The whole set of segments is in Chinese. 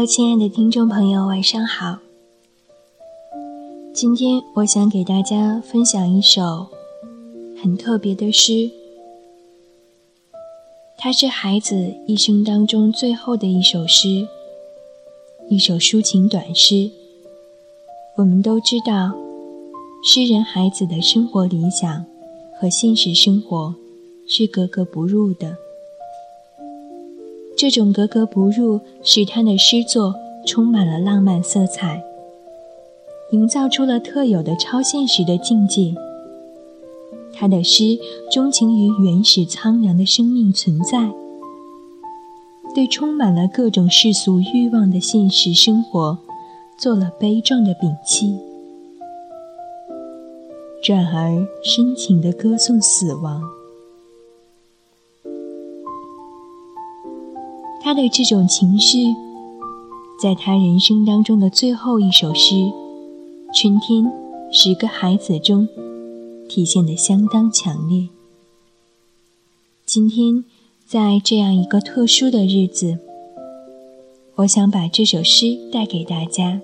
Hello， 亲爱的听众朋友，晚上好。今天我想给大家分享一首很特别的诗，它是孩子一生当中最后的一首诗，一首抒情短诗。我们都知道，诗人孩子的生活理想和现实生活是格格不入的。这种格格不入使他的诗作充满了浪漫色彩，营造出了特有的超现实的境界。他的诗钟情于原始苍凉的生命存在，对充满了各种世俗欲望的现实生活做了悲壮的摒弃，转而深情地歌颂死亡。他的这种情绪，在他人生当中的最后一首诗《春天10个孩子》中体现得相当强烈。今天在这样一个特殊的日子，我想把这首诗带给大家。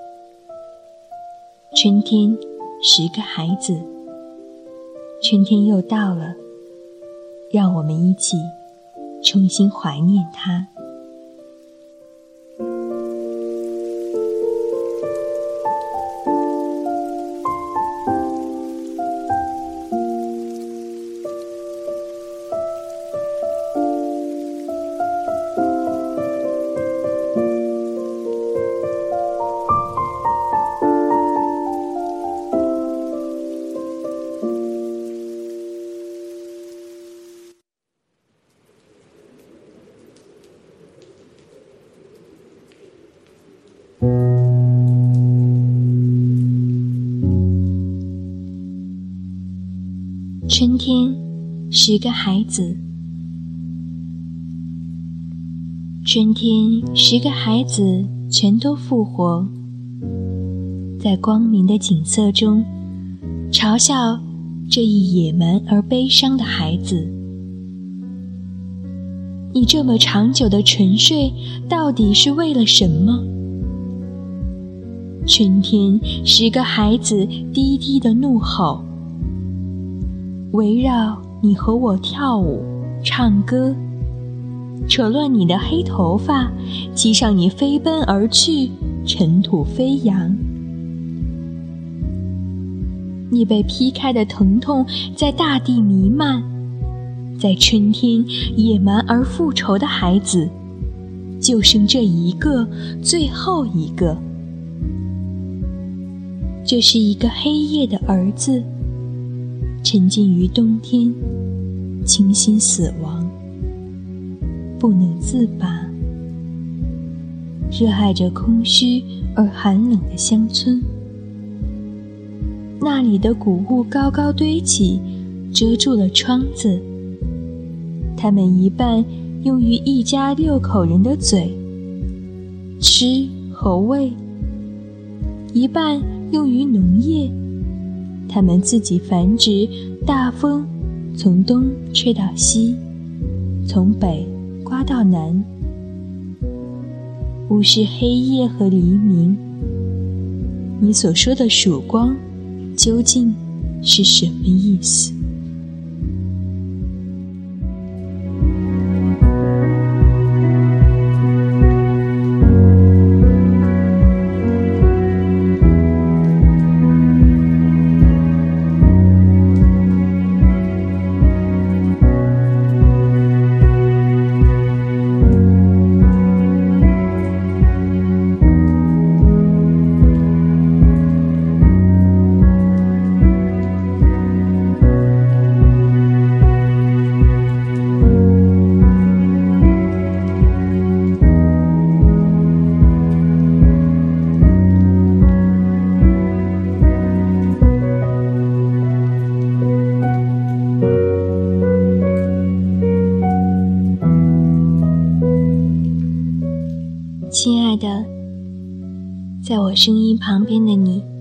春天10个孩子，春天又到了，让我们一起重新怀念它。春天10个孩子，春天10个孩子全都复活，在光明的景色中嘲笑这一野蛮而悲伤的孩子。你这么长久的沉睡到底是为了什么？春天10个孩子低低的怒吼，围绕你和我跳舞唱歌，扯乱你的黑头发，骑上你飞奔而去，尘土飞扬。你被劈开的疼痛在大地弥漫，在春天野蛮而复仇的孩子就剩这一个，最后一个。这是一个黑夜的儿子，沉浸于冬天，倾心死亡，不能自拔。热爱着空虚而寒冷的乡村，那里的谷物高高堆起，遮住了窗子。它们一半用于一家6口人的嘴吃和喂，一半用于农业。它们自己繁殖，大风从东吹到西，从北刮到南，无视黑夜和黎明。你所说的曙光究竟是什么意思？亲爱的，在我声音旁边的你，